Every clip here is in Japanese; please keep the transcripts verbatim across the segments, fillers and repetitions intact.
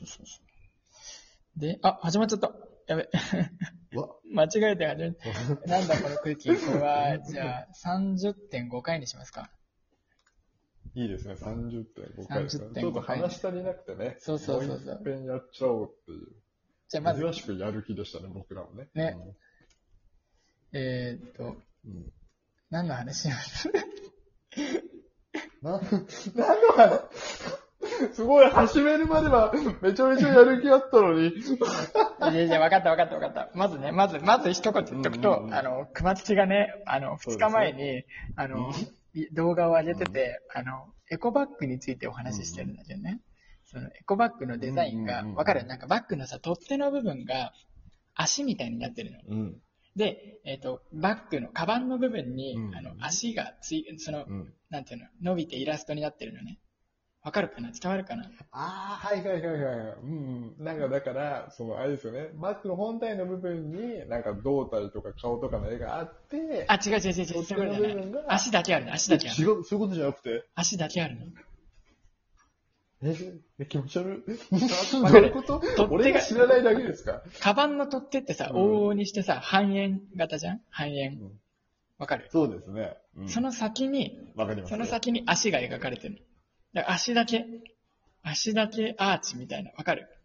そうそうそう。で、あ、始まっちゃった。やべ。間違えて始めた。なんだこの空気。これは、じゃあ、さんじゅってんごかいにしますか。 いいですね、さんじゅってんごかいですね。ちょっと回話足りなくてね。 そうそうそうそう。 もう一遍やっちゃおうっていう。 じゃあまず。 珍しくやる気でしたね、僕らもね。 ね。うん、えーっと、うん、何の話しますな、何の話すごい、始めるまではめちゃめちゃやる気あったのに。 いやいや、分かった分かった分かった。まずね、まず、まず一言言っとくと、うんうんうん、あの、熊吉がね、あの、二日前に、ね、あの、うん、動画を上げてて、うん、あの、エコバッグについてお話ししてるんだけどね。うんうん、そのエコバッグのデザインが、わかる？なんかバッグのさ、取っ手の部分が足みたいになってるの。うん、で、えっと、バッグの、カバンの部分に、うん、あの、足がつい、その、うん、なんていうの、伸びてイラストになってるのね。わかるかな？伝わるかな？ ああ、はいはいはいはい。うん。なんかだから、そのあれですよね。バッグの本体の部分に、なんか胴体とか顔とかの絵があって、 あ、違う違う違う違う。そっちの部分が足だけあるの、足だけあるの。違う、そういうことじゃなくて。 足だけあるの。 え、気持ち悪い。どういうこと俺が知らないだけですか？ カバンの取っ手ってさ、往々にしてさ、半円型じゃん？半円。わかる？ そうですね。 うん、その先に、 わかります。 その先に足が描かれてる。足だけ、足だけアーチみたいな、わかる？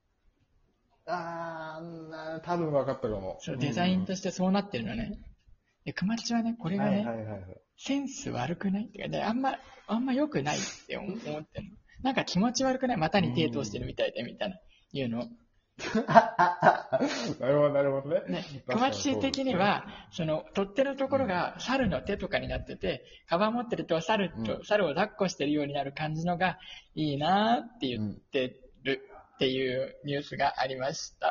あー、多分わかったかも。 そう、デザインとしてそうなってるのね。で、熊吉はね、これがね、はいはいはいはい、センス悪くないってか、ね、あんま、あんま良くないって思ってるの。なんか気持ち悪くない？股に手通してるみたいで、みたいな、言うの。 なるほど、なるほどね。 ね、熊吉的には、その、取っ手のところが猿の手とかになってて、カバン持ってると猿と、うん、猿を抱っこしてるようになる感じのがいいなーって言ってるっていうニュースがありました。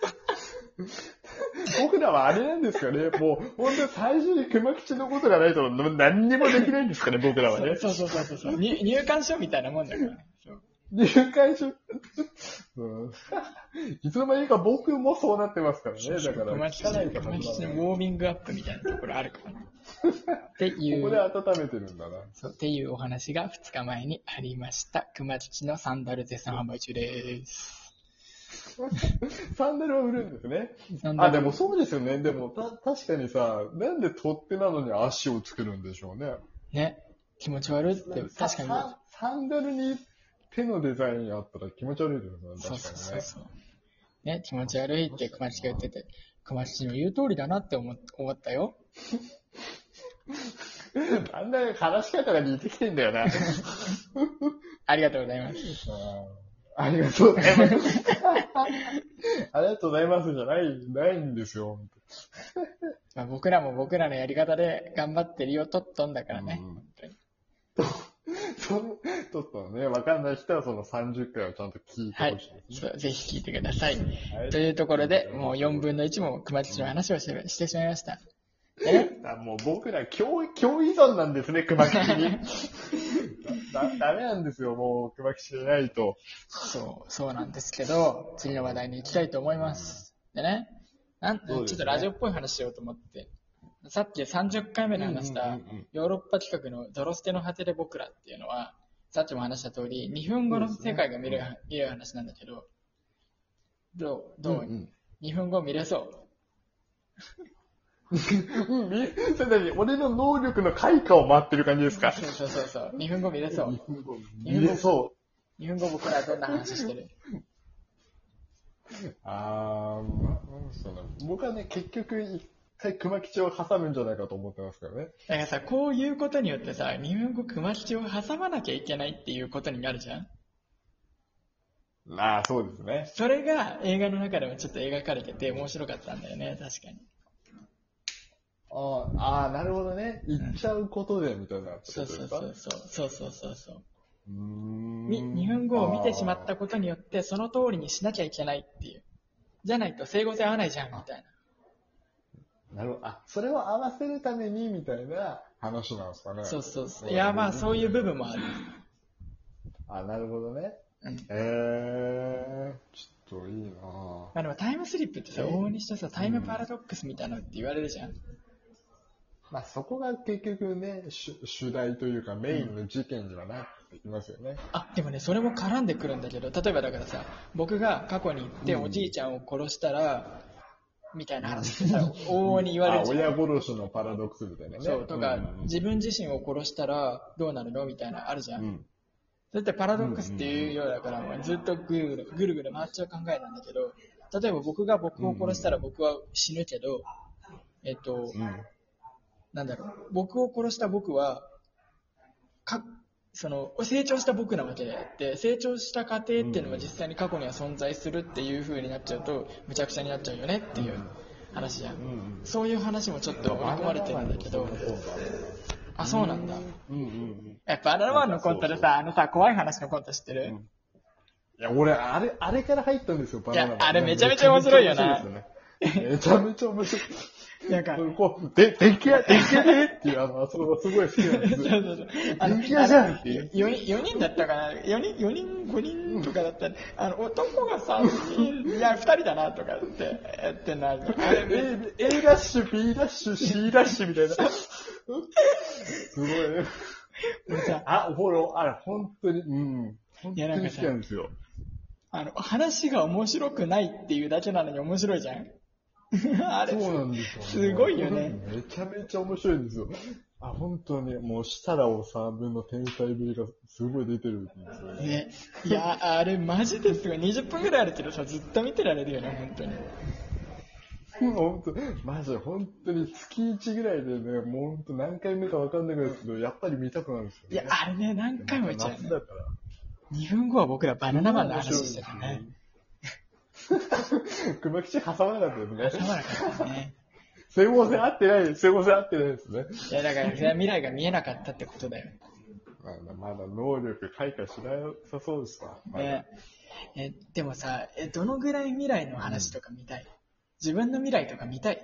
僕らはあれなんですかね、もう、本当に最初に熊吉のことがないと何にもできないんですかね、僕らはね。 そうそうそうそうそう。入館証みたいなもんだからね。 入会証、うん、いつの間にか僕もそうなってますからね。だから、 熊吉のウォーミングアップみたいなところあるからね。っていう。 ここで温めてるんだな。 そう、っていうお話がふつかまえにありました。熊吉のサンダル絶賛販売中です。 サンダルは売るんですね。あ、でもそうですよね。でも、た、確かにさ、なんで取っ手なのに足を作るんでしょうね。 ね。気持ち悪いって、確かに。 サンダルに手のデザインあったら気持ち悪いですよね。確かにね。 そうそうそうそう。ね、気持ち悪いって熊吉が言ってて、熊吉の言う通りだなって思思ったよ。 だんだん話し方が似てきてんだよな。 ありがとうございます。 ありがとうございます。ありがとうございますじゃない、ないんですよ。 まあ僕らも僕らのやり方で頑張ってるよ、とっとんだからね。うん、本当に。 その、ちょっとね、わかんない人はそのさんじゅっかいをちゃんと聞いてほしいですね。 はい。ぜひ聞いてください。はい、というところで、もうよんぶんのいちも熊吉の話をして、してしまいました。 えもう僕ら今日、今日依存なんですね、熊吉に。だ、ダメなんですよ、もう熊吉じゃないと。 そう、そうなんですけど、次の話題に行きたいと思います。でね、なん、ちょっとラジオっぽい話しようと思って、さっきさんじゅっかいめで話したヨーロッパ企画のゾロステの果てで僕らっていうのは、さっきも話した通り、にふんごの世界が見れる、見れる話なんだけど、どう、どう、うんうん、にふんご見れそううん、見、それ何俺の能力の開花を待ってる感じですか？ そうそうそうそう。にふんご見れそう。 にふんご見れそう。 にふんご僕らどんな話してる？ あー、まあ、そうなの。僕はね、結局一回熊吉を挟むんじゃないかと思ってますからね。 だからさ、こういうことによってさ、にふんご熊吉を挟まなきゃいけないっていうことになるじゃん？ ああ、そうですね。 それが映画の中でもちょっと描かれてて面白かったんだよね、確かに。 ああ、なるほどね。言っちゃうことで、みたいな、うん。 そうそうそうそう。そうそうそうそう。うーん。にふんごを見てしまったことによって、その通りにしなきゃいけないっていう。じゃないと整合性合わないじゃん、みたいな。なるほど。あ、それを合わせるために、みたいな話なんですかね。 そうそうそう。いや、まあ、そういう部分もある。 あ、なるほどね。うん、えー、ちょっといいなぁ。 まあでもタイムスリップってさ、往々にしてさ、タイムパラドックスみたいなのって言われるじゃん。 まあそこが結局ね、主題というかメインの事件じゃなくできますよね。 あ、でもね、それも絡んでくるんだけど、例えばだからさ、僕が過去に行ってうんおじいちゃんを殺したら、みたいな話ってさ、往々に言われるじゃん。 あ、親殺しのパラドックスみたいなね。 そう、とか、 うんうんうん、 自分自身を殺したらどうなるのみたいなあるじゃん。 うん、 それってパラドックスっていうようだから、まあずっとぐるぐる、ぐるぐる回っちゃう考えなんだけど、例えば僕が僕を殺したら僕は死ぬけど、えっと、 うん、 なんだろう、僕を殺した僕は、か、その、成長した僕なわけであって、成長した過程っていうのは実際に過去には存在するっていう風になっちゃうと、むちゃくちゃになっちゃうよねっていう話じゃん。 うんうん、 そういう話もちょっと織り込まれてるんだけど、あ、そうなんだ。 うんうんうん、 やっぱバナナマンのコントでさ、あのさ、怖い話のコント知ってる？ うん、いや、俺、あれ、あれから入ったんですよ、バナナマン。 いや、あれめちゃめちゃ面白いよな。 めちゃめちゃ面白い。 なんか、 こう、で、電気屋、電気屋でっていう、あの、あそこがすごい好きなんですよ。そうそうそう。電気屋じゃんっていう。 よにん、よにんだったかな ?よ 人、よにん、ごにんとかだったら、あの、男がさんにん、いや、ふたりだなとかってやってなる。 A, A ダッシュ、B ダッシュ、C ダッシュみたいな。すごいね。あ、フォロー、あれ、本当に、うん。本当に好きなんですよ。 あの、話が面白くないっていうだけなのに面白いじゃん。あれ、 そうなんですよ、ね。 すごいよね。 めちゃめちゃ面白いんですよ。あ、本当に、もう、設楽治の天才ぶりがすごい出てるんですよね。 ね。いや、あれマジですごい。にじゅっぷんぐらいあるけどさ、ずっと見てられるよね、本当に。 本当、マジ本当に月いちぐらいでね、もう本当何回目か分かんないですけど、やっぱり見たくなるんですよね。 いや、あれね、何回も見ちゃう、ね。 夏だから。 にふんごは僕らバナナマンの話してたね。 熊吉挟まなかったですね。 挟まなかったですね。 整合性合ってないです。整合性合ってないですね。 いや、だから、未来が見えなかったってことだよ。 まだまだ能力開花しなさそうですわ。まね、え、でもさ、え、どのぐらい未来の話とか見たい？自分の未来とか見たい？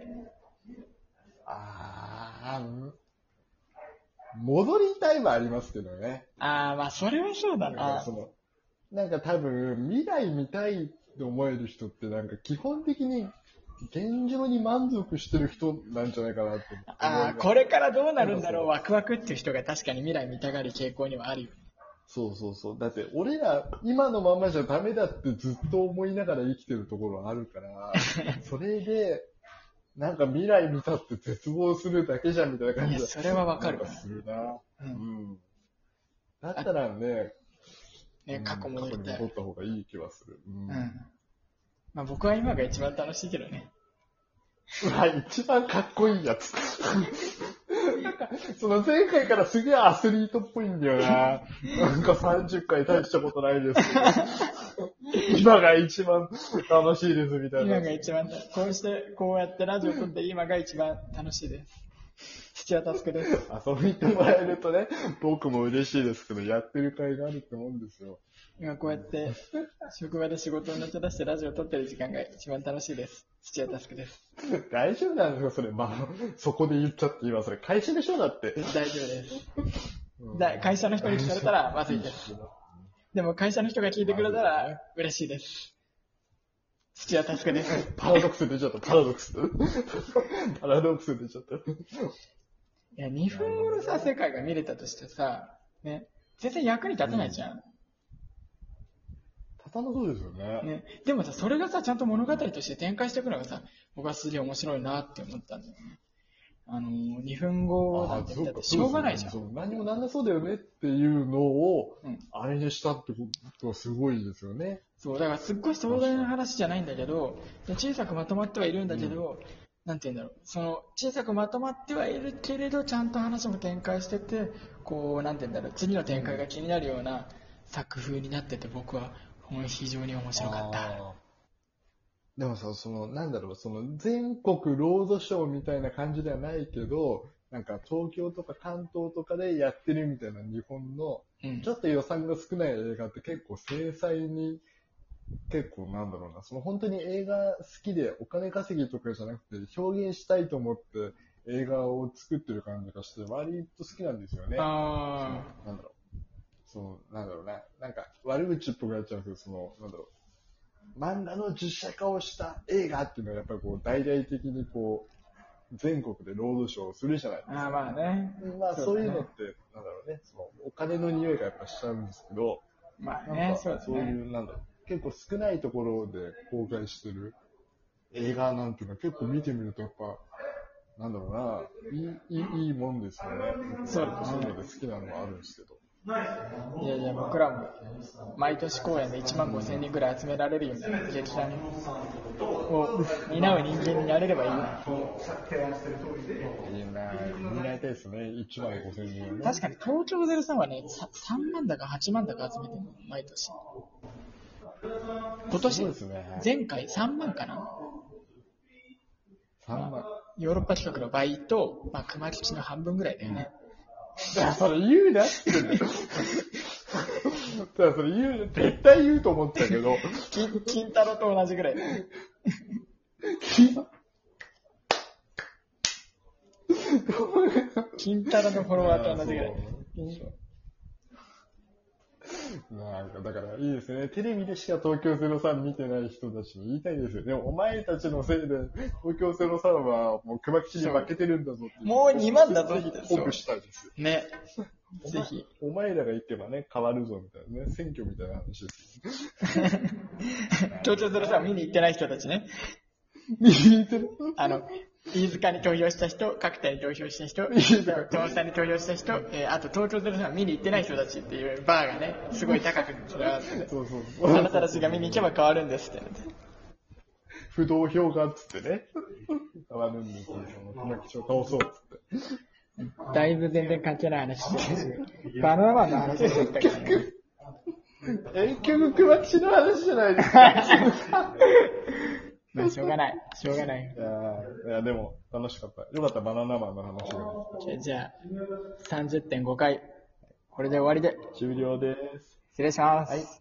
あー、戻りたいはありますけどね。 あー、まあ、それはそうだな。 なんかその、なんか多分、未来見たいって思える人ってなんか基本的に現状に満足してる人なんじゃないかなって。 ああ、これからどうなるんだろう、ワクワクっていう人が確かに未来見たがる傾向にはあるよ。 そうそうそう。だって俺ら今のままじゃダメだってずっと思いながら生きてるところあるから、それで、なんか未来見たって絶望するだけじゃんみたいな感じで。いや、 それはわかるわ。 するな。うん。だったらね、 ね、過去戻りたい。 過去に戻った方がいい気はする。うん。うん、 まあ僕は今が一番楽しいけどね。 うわ、一番かっこいいやつ。なんか、その前回からすげえアスリートっぽいんだよな。なんかさんじゅっかい大したことないですけど。今が一番楽しいですみたいな。 今が一番、こうして、こうやってラジオ撮って今が一番楽しいです。土屋佑です。 あ、そう言ってもらえるとね、僕も嬉しいですけど、やってる甲斐があるってもんですよ。 今こうやって、職場で仕事を抜け出してラジオを撮ってる時間が一番楽しいです。土屋佑です。 大丈夫なんですかそれ、まあ、そこで言っちゃって今、それ会社でしょだって。 大丈夫です。だ会社の人に聞かれたらまずいです。でも会社の人が聞いてくれたら嬉しいです。土屋佑です。 パラドックス出ちゃった、パラドックス。パラドックス出ちゃった。 いや、にふんごのさ、世界が見れたとしてさ、ね、全然役に立たないじゃん。うん立たなそうですよね。 ね。でもさ、それがさ、ちゃんと物語として展開していくのがさ、僕はすげえ面白いなって思ったんだよね。あのー、にふんごなんて言ったってしょうがないじゃん。 そうそう何もなんなそうだよねっていうのを、うん、あれにしたってことはすごいですよね。 そう、だからすっごい壮大な話じゃないんだけど、小さくまとまってはいるんだけど、うん、なんて言うんだろう。その、小さくまとまってはいるけれど、ちゃんと話も展開してて、こう、なんて言うんだろう、次の展開が気になるような作風になってて、僕は、非常に面白かった。 でもさ、その、なんだろう、その、全国ロードショーみたいな感じではないけど、なんか東京とか関東とかでやってるみたいな日本の、ちょっと予算が少ない映画って結構精細に、結構なんだろうな、その本当に映画好きでお金稼ぎとかじゃなくて表現したいと思って映画を作ってる感じがして割と好きなんですよね。 ああ。なんだろう。そう、なんだろうな。なんか、悪口っぽくなっちゃうんですけど、その、なんだろう。漫画の実写化をした映画っていうのは、やっぱりこう、大々的にこ全国でロードショーをするじゃないですか。 ああ、まあね。 まあそういうのって、なんだろうね、そのお金の匂いがやっぱしちゃうんですけど、 まあね、 なんかそうですね。 そういう、なんだろう、結構少ないところで公開してる映画なんていうのは結構見てみるとやっぱ、なんだろうな、いい、いい、いいもんですよね。 そうですねそういうので好きなのはあるんですけど。 いやいや、僕らも毎年公演でいちまんごせんにんぐらい集められるような劇団を担う人間になれればいいな。 いいなぁ、担いたいですね。いちまんごせんにんはね。 確かに東京ゼロさんはね、さんまんだかはちまんだか集めてるの、毎年。今年、 すね、 前回さんまんかな。 さんまん。 ヨーロッパ企画の倍と、まあ、熊吉の半分ぐらいだよね。 いや、それ言うなって言うんだよ。だからそれ言う、絶対言うと思ったけど。 金、金太郎と同じぐらいだよね。金太郎のフォロワーと同じぐらい。 なんか、だからいいですね。テレビでしか東京ゼロさん見てない人たちに言いたいですよ。でも、お前たちのせいで、東京ゼロさんはもう熊吉に負けてるんだぞって。 もうにまんだぞ、 鼓舞したいですよ。 ね。ぜひ。 お前らが行けばね、変わるぞみたいなね。選挙みたいな話ですよ。 東京ゼロさん見に行ってない人たちね。 見に行ってるあの、飯塚に投票した人、角田に投票した人、トンさんに投票した人、えー、あと東京ゼロさん見に行ってない人たちっていうバーがね、すごい高くつながってて、 そうそうそう。 あなたたちが見に行けば変わるんですって。 不動票がっつってね。変わるんですよ。その熊吉を倒そうっつって。 だいぶ全然関係ない話してるし、バナナマンの話してたからね。 え、結局熊吉の話じゃないですか。 まあ、しょうがない。しょうがない。 いやいや、でも、楽しかった。よかった、バナナマンの話が。 じゃあ、さんじゅってんごかい。これで終わりで。 終了です。 失礼します。 はい。